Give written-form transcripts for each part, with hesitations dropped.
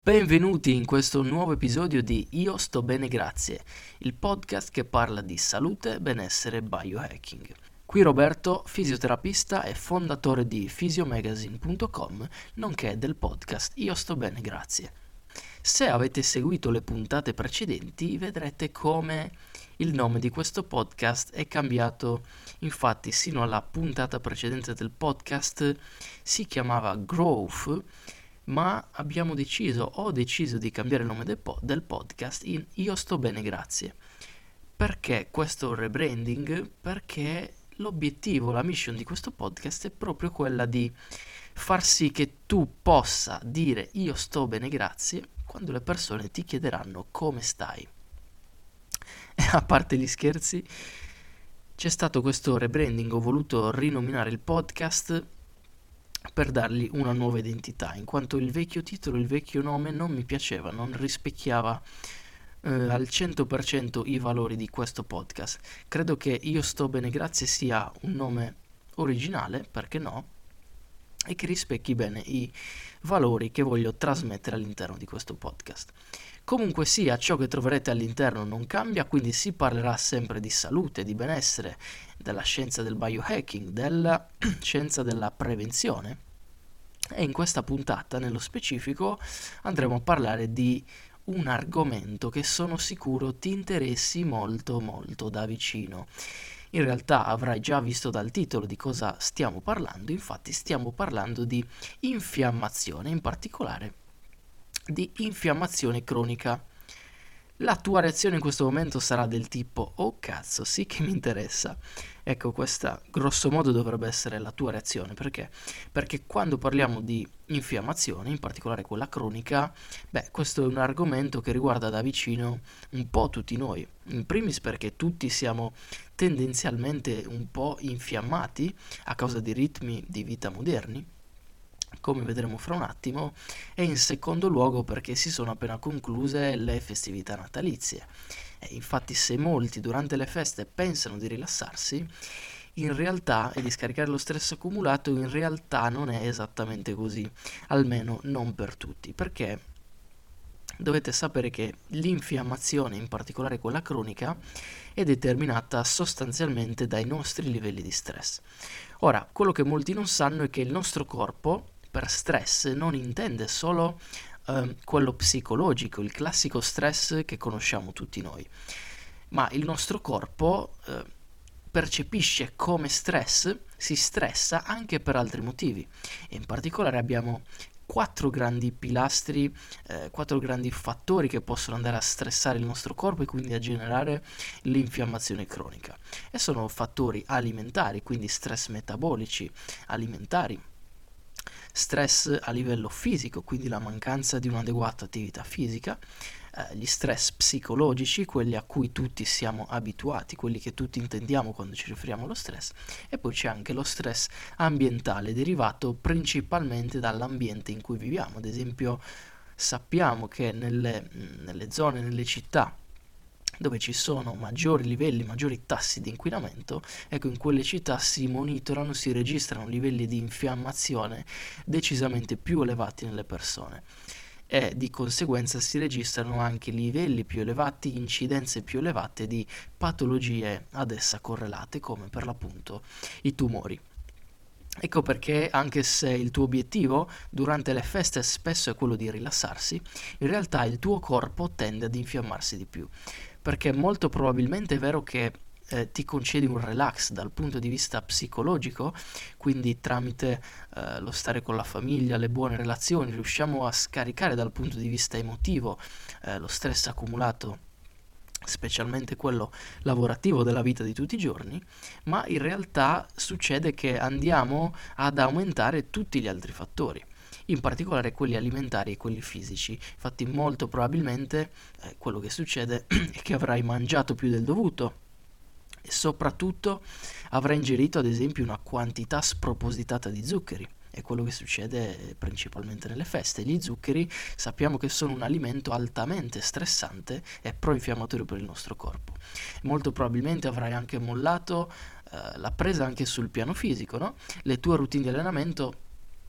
Benvenuti in questo nuovo episodio di Io sto bene grazie, il podcast che parla di salute, benessere e biohacking. Qui Roberto, fisioterapista e fondatore di physiomagazine.com, nonché del podcast Io sto bene grazie. Se avete seguito le puntate precedenti vedrete come il nome di questo podcast è cambiato. Infatti sino alla puntata precedente del podcast si chiamava Growth, ma ho deciso di cambiare il nome del podcast in Io sto bene grazie. Perché questo rebranding? Perché l'obiettivo, la mission di questo podcast è proprio quella di far sì che tu possa dire io sto bene grazie quando le persone ti chiederanno come stai. E a parte gli scherzi, c'è stato questo rebranding, ho voluto rinominare il podcast per dargli una nuova identità, in quanto il vecchio titolo, il vecchio nome non mi piaceva, non rispecchiava al 100% i valori di questo podcast. Credo che Io sto bene grazie sia un nome originale, perché no, e che rispecchi bene i valori che voglio trasmettere all'interno di questo podcast. Comunque sia, ciò che troverete all'interno non cambia, quindi si parlerà sempre di salute, di benessere, della scienza del biohacking, della scienza della prevenzione. E in questa puntata, nello specifico, andremo a parlare di un argomento che sono sicuro ti interessi molto molto da vicino. In realtà avrai già visto dal titolo di cosa stiamo parlando, infatti stiamo parlando di infiammazione, in particolare di infiammazione cronica. La tua reazione in questo momento sarà del tipo oh cazzo, sì che mi interessa. Ecco, questa grosso modo dovrebbe essere la tua reazione. Perché? Perché quando parliamo di infiammazione, in particolare quella cronica, questo è un argomento che riguarda da vicino un po' tutti noi. In primis perché tutti siamo tendenzialmente un po' infiammati a causa di ritmi di vita moderni, come vedremo fra un attimo, e in secondo luogo perché si sono appena concluse le festività natalizie. E infatti se molti durante le feste pensano di rilassarsi, in realtà, e di scaricare lo stress accumulato, in realtà non è esattamente così, almeno non per tutti, perché dovete sapere che l'infiammazione, in particolare quella cronica, è determinata sostanzialmente dai nostri livelli di stress. Ora, quello che molti non sanno è che il nostro corpo per stress non intende solo quello psicologico, il classico stress che conosciamo tutti noi, ma il nostro corpo percepisce come stress, si stressa anche per altri motivi, e in particolare abbiamo quattro grandi pilastri, quattro grandi fattori che possono andare a stressare il nostro corpo e quindi a generare l'infiammazione cronica. E sono fattori alimentari, quindi stress metabolici, alimentari, stress a livello fisico, quindi la mancanza di un'adeguata attività fisica, gli stress psicologici, quelli a cui tutti siamo abituati, quelli che tutti intendiamo quando ci riferiamo allo stress, e poi c'è anche lo stress ambientale derivato principalmente dall'ambiente in cui viviamo. Ad esempio, sappiamo che nelle zone, nelle città dove ci sono maggiori livelli, maggiori tassi di inquinamento, ecco, in quelle città si monitorano, si registrano livelli di infiammazione decisamente più elevati nelle persone, e di conseguenza si registrano anche livelli più elevati, incidenze più elevate di patologie ad essa correlate, come per l'appunto i tumori. Ecco perché, anche se il tuo obiettivo durante le feste spesso è quello di rilassarsi, in realtà il tuo corpo tende ad infiammarsi di più, perché molto probabilmente è vero che ti concedi un relax dal punto di vista psicologico, quindi tramite lo stare con la famiglia, le buone relazioni, riusciamo a scaricare dal punto di vista emotivo lo stress accumulato, specialmente quello lavorativo della vita di tutti i giorni, ma in realtà succede che andiamo ad aumentare tutti gli altri fattori, in particolare quelli alimentari e quelli fisici. Infatti molto probabilmente quello che succede è che avrai mangiato più del dovuto e soprattutto avrai ingerito ad esempio una quantità spropositata di zuccheri. È quello che succede principalmente nelle feste. Gli zuccheri sappiamo che sono un alimento altamente stressante e pro-infiammatorio per il nostro corpo. Molto probabilmente avrai anche mollato la presa anche sul piano fisico, no? Le tue routine di allenamento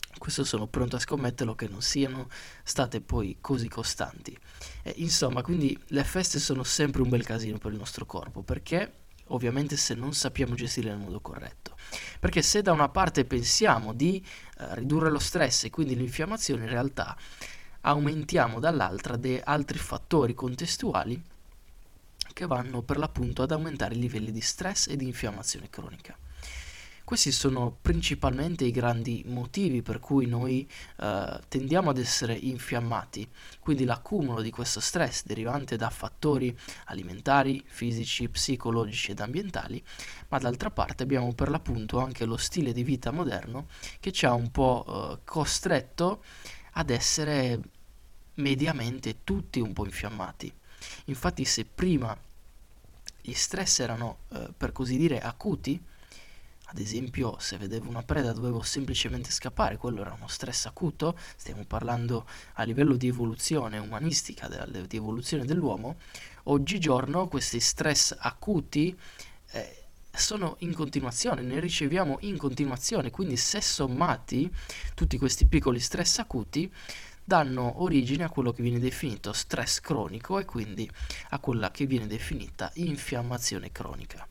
questo sono pronto a scommetterlo che non siano state poi così costanti. Insomma, quindi le feste sono sempre un bel casino per il nostro corpo, perché ovviamente se non sappiamo gestire nel modo corretto. Perché se da una parte pensiamo di ridurre lo stress e quindi l'infiammazione, in realtà aumentiamo dall'altra dei altri fattori contestuali che vanno per l'appunto ad aumentare i livelli di stress e di infiammazione cronica. Questi sono principalmente i grandi motivi per cui noi tendiamo ad essere infiammati, quindi l'accumulo di questo stress derivante da fattori alimentari, fisici, psicologici ed ambientali, ma d'altra parte abbiamo per l'appunto anche lo stile di vita moderno che ci ha un po' costretto ad essere mediamente tutti un po' infiammati. Infatti se prima gli stress erano per così dire acuti, ad esempio, se vedevo una preda dovevo semplicemente scappare, quello era uno stress acuto, stiamo parlando a livello di evoluzione umanistica, di evoluzione dell'uomo. Oggigiorno questi stress acuti sono in continuazione, ne riceviamo in continuazione, quindi se sommati tutti questi piccoli stress acuti danno origine a quello che viene definito stress cronico e quindi a quella che viene definita infiammazione cronica.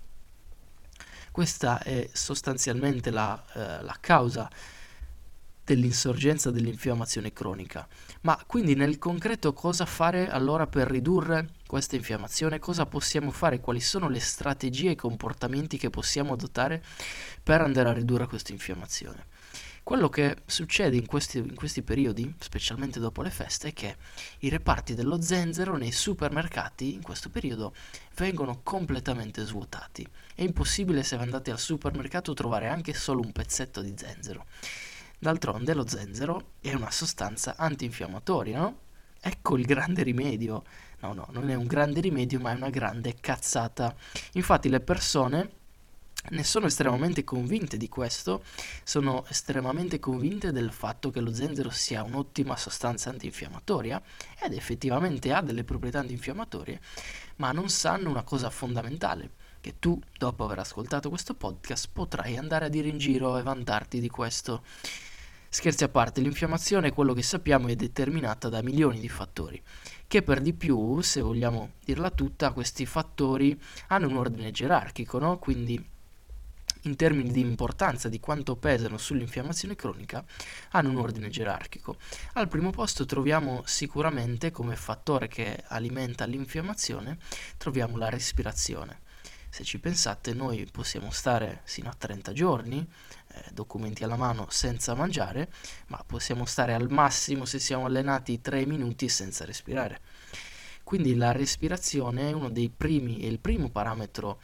Questa è sostanzialmente la causa dell'insorgenza dell'infiammazione cronica. Ma quindi nel concreto cosa fare allora per ridurre questa infiammazione? Cosa possiamo fare? Quali sono le strategie e i comportamenti che possiamo adottare per andare a ridurre questa infiammazione? Quello che succede in questi periodi, specialmente dopo le feste, è che i reparti dello zenzero nei supermercati in questo periodo vengono completamente svuotati. È impossibile, se andate al supermercato, trovare anche solo un pezzetto di zenzero. D'altronde lo zenzero è una sostanza antinfiammatoria, no? Ecco il grande rimedio. No, non è un grande rimedio, ma è una grande cazzata. Infatti le persone ne sono estremamente convinte di questo, sono estremamente convinte del fatto che lo zenzero sia un'ottima sostanza antinfiammatoria ed effettivamente ha delle proprietà antinfiammatorie, ma non sanno una cosa fondamentale, che tu, dopo aver ascoltato questo podcast, potrai andare a dire in giro e vantarti di questo. Scherzi a parte, l'infiammazione, quello che sappiamo, è determinata da milioni di fattori, che per di più, se vogliamo dirla tutta, questi fattori hanno un ordine gerarchico, no? Quindi in termini di importanza, di quanto pesano sull'infiammazione cronica, hanno un ordine gerarchico. Al primo posto troviamo sicuramente, come fattore che alimenta l'infiammazione, troviamo la respirazione. Se ci pensate, noi possiamo stare sino a 30 giorni, documenti alla mano, senza mangiare, ma possiamo stare al massimo, se siamo allenati, 3 minuti senza respirare. Quindi la respirazione è uno dei primi, è il primo parametro,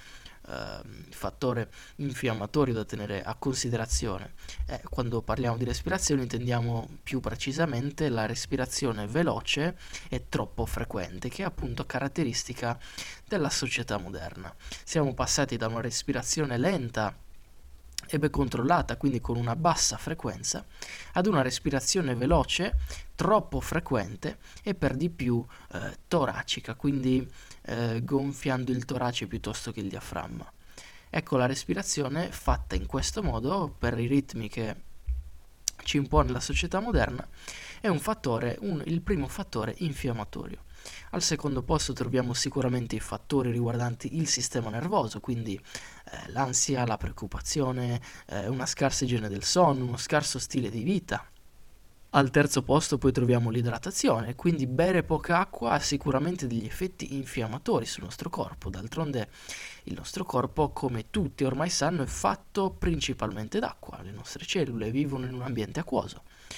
fattore infiammatorio da tenere a considerazione. Quando parliamo di respirazione intendiamo più precisamente la respirazione veloce e troppo frequente, che è appunto caratteristica della società moderna. Siamo passati da una respirazione lenta e ben controllata, quindi con una bassa frequenza, ad una respirazione veloce, troppo frequente e per di più toracica, quindi gonfiando il torace piuttosto che il diaframma. Ecco, la respirazione fatta in questo modo, per i ritmi che ci impone la società moderna, è il primo fattore infiammatorio. Al secondo posto troviamo sicuramente i fattori riguardanti il sistema nervoso, quindi l'ansia, la preoccupazione, una scarsa igiene del sonno, uno scarso stile di vita. Al terzo posto poi troviamo l'idratazione, quindi bere poca acqua ha sicuramente degli effetti infiammatori sul nostro corpo. D'altronde il nostro corpo, come tutti ormai sanno, è fatto principalmente d'acqua, le nostre cellule vivono in un ambiente acquoso.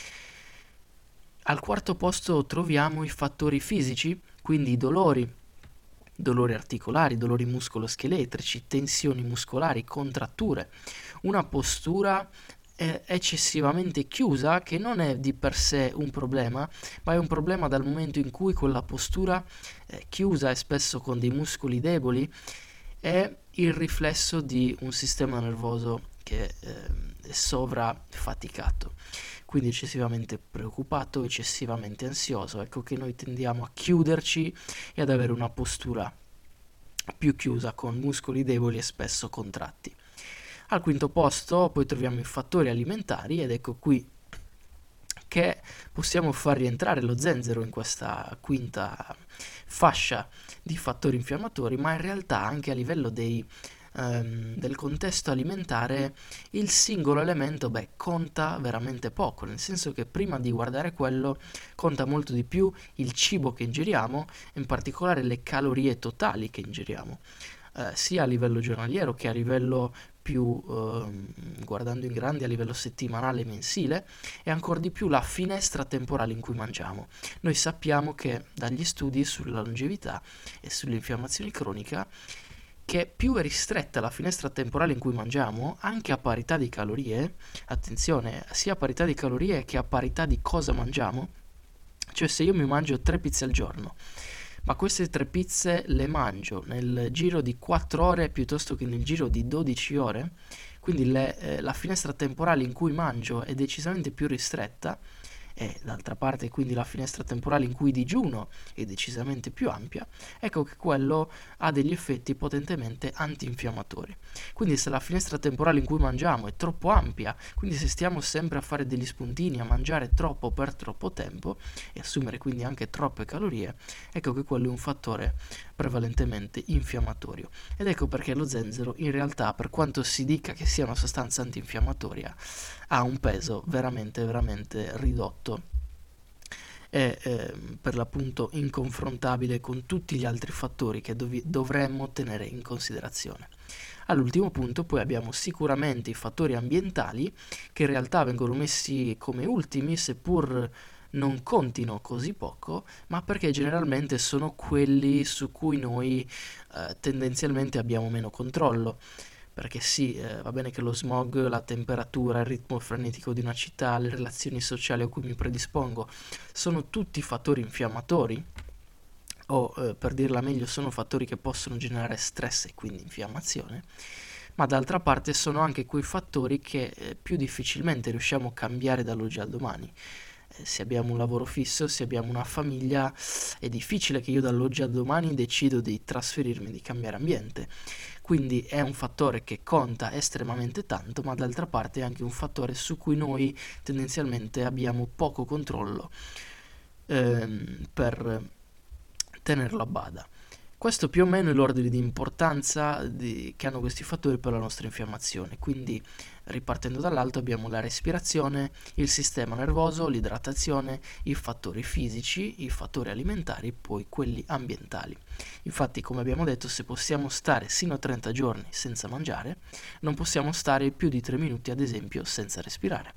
Al quarto posto troviamo i fattori fisici, quindi i dolori articolari, dolori muscoloscheletrici, tensioni muscolari, contratture, una postura eccessivamente chiusa, che non è di per sé un problema, ma è un problema dal momento in cui quella postura chiusa e spesso con dei muscoli deboli è il riflesso di un sistema nervoso che è sovrafaticato, quindi eccessivamente preoccupato, eccessivamente ansioso. Ecco che noi tendiamo a chiuderci e ad avere una postura più chiusa, con muscoli deboli e spesso contratti. Al quinto posto poi troviamo i fattori alimentari, ed ecco qui che possiamo far rientrare lo zenzero in questa quinta fascia di fattori infiammatori, ma in realtà anche a livello del contesto alimentare il singolo elemento conta veramente poco, nel senso che prima di guardare quello conta molto di più il cibo che ingeriamo, in particolare le calorie totali che ingeriamo, sia a livello giornaliero che a livello più, guardando in grande, a livello settimanale e mensile, e ancora di più la finestra temporale in cui mangiamo. Noi sappiamo che dagli studi sulla longevità e sull'infiammazione cronica che più è ristretta la finestra temporale in cui mangiamo, anche a parità di calorie, attenzione, sia a parità di calorie che a parità di cosa mangiamo, cioè se io mi mangio 3 pizze al giorno, ma queste 3 pizze le mangio nel giro di 4 ore piuttosto che nel giro di 12 ore, quindi la finestra temporale in cui mangio è decisamente più ristretta, e d'altra parte quindi la finestra temporale in cui digiuno è decisamente più ampia, ecco che quello ha degli effetti potentemente antinfiammatori. Quindi se la finestra temporale in cui mangiamo è troppo ampia, quindi se stiamo sempre a fare degli spuntini, a mangiare troppo per troppo tempo e assumere quindi anche troppe calorie, ecco che quello è un fattore prevalentemente infiammatorio. Ed ecco perché lo zenzero in realtà, per quanto si dica che sia una sostanza antinfiammatoria, ha un peso veramente veramente ridotto e per l'appunto inconfrontabile con tutti gli altri fattori che dovremmo tenere in considerazione. All'ultimo punto poi abbiamo sicuramente i fattori ambientali, che in realtà vengono messi come ultimi, seppur non contino così poco, ma perché generalmente sono quelli su cui noi tendenzialmente abbiamo meno controllo. Perché sì, va bene che lo smog, la temperatura, il ritmo frenetico di una città, le relazioni sociali a cui mi predispongo, sono tutti fattori infiammatori, o per dirla meglio, sono fattori che possono generare stress e quindi infiammazione, ma d'altra parte sono anche quei fattori che più difficilmente riusciamo a cambiare dall'oggi al domani. Se abbiamo un lavoro fisso, se abbiamo una famiglia, è difficile che io dall'oggi al domani decido di trasferirmi, di cambiare ambiente. Quindi è un fattore che conta estremamente tanto, ma d'altra parte è anche un fattore su cui noi tendenzialmente abbiamo poco controllo per tenerlo a bada. Questo più o meno è l'ordine di importanza che hanno questi fattori per la nostra infiammazione. Quindi, ripartendo dall'alto, abbiamo la respirazione, il sistema nervoso, l'idratazione, i fattori fisici, i fattori alimentari e poi quelli ambientali. Infatti, come abbiamo detto, se possiamo stare sino a 30 giorni senza mangiare, non possiamo stare più di 3 minuti, ad esempio, senza respirare.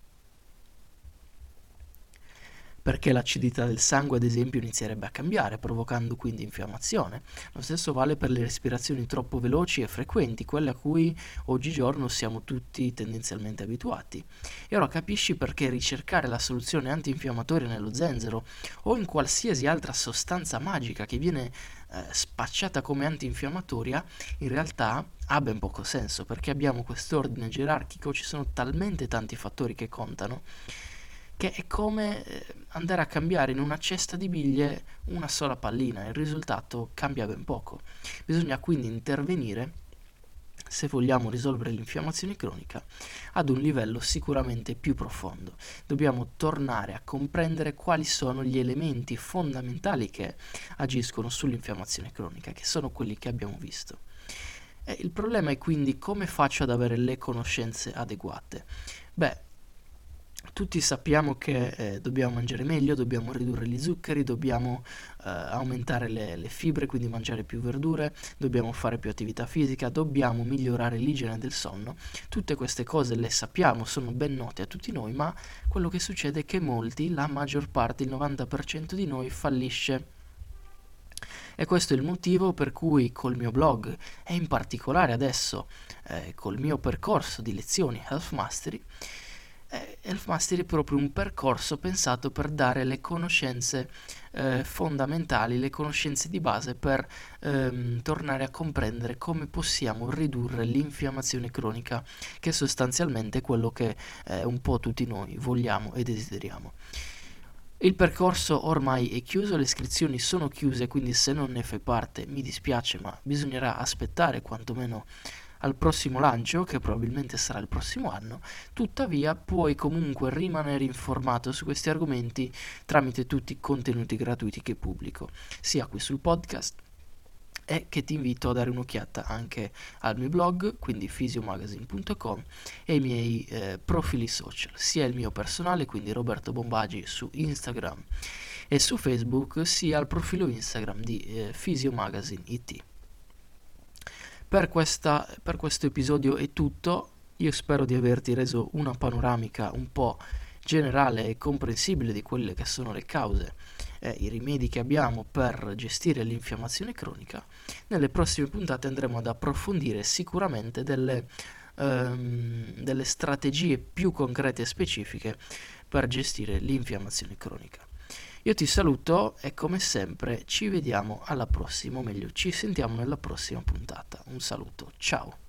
Perché l'acidità del sangue, ad esempio, inizierebbe a cambiare, provocando quindi infiammazione. Lo stesso vale per le respirazioni troppo veloci e frequenti, quelle a cui oggigiorno siamo tutti tendenzialmente abituati. E ora capisci perché ricercare la soluzione antinfiammatoria nello zenzero o in qualsiasi altra sostanza magica che viene spacciata come antinfiammatoria, in realtà ha ben poco senso, perché abbiamo quest'ordine gerarchico, ci sono talmente tanti fattori che contano, che è come andare a cambiare in una cesta di biglie una sola pallina, il risultato cambia ben poco. Bisogna quindi intervenire, se vogliamo risolvere l'infiammazione cronica, ad un livello sicuramente più profondo. Dobbiamo tornare a comprendere quali sono gli elementi fondamentali che agiscono sull'infiammazione cronica, che sono quelli che abbiamo visto. Il problema è quindi come faccio ad avere le conoscenze adeguate. Tutti sappiamo che dobbiamo mangiare meglio, dobbiamo ridurre gli zuccheri, dobbiamo aumentare le fibre, quindi mangiare più verdure, dobbiamo fare più attività fisica, dobbiamo migliorare l'igiene del sonno. Tutte queste cose le sappiamo, sono ben note a tutti noi, ma quello che succede è che molti, la maggior parte, il 90% di noi fallisce. E questo è il motivo per cui col mio blog e in particolare adesso col mio percorso di lezioni Health Mastery, Health Mastery è proprio un percorso pensato per dare le conoscenze fondamentali, le conoscenze di base per tornare a comprendere come possiamo ridurre l'infiammazione cronica, che sostanzialmente è quello che un po' tutti noi vogliamo e desideriamo. Il percorso ormai è chiuso, le iscrizioni sono chiuse, quindi se non ne fai parte mi dispiace, ma bisognerà aspettare quantomeno al prossimo lancio, che probabilmente sarà il prossimo anno. Tuttavia puoi comunque rimanere informato su questi argomenti tramite tutti i contenuti gratuiti che pubblico, sia qui sul podcast, e che ti invito a dare un'occhiata anche al mio blog, quindi fisiomagazine.com, e ai miei profili social, sia il mio personale, quindi Roberto Bombagi su Instagram e su Facebook, sia al profilo Instagram di Fisiomagazine IT. Per questo episodio è tutto. Io spero di averti reso una panoramica un po' generale e comprensibile di quelle che sono le cause e i rimedi che abbiamo per gestire l'infiammazione cronica. Nelle prossime puntate andremo ad approfondire sicuramente delle strategie più concrete e specifiche per gestire l'infiammazione cronica. Io ti saluto e come sempre ci vediamo alla prossima, o meglio ci sentiamo nella prossima puntata. Un saluto, ciao!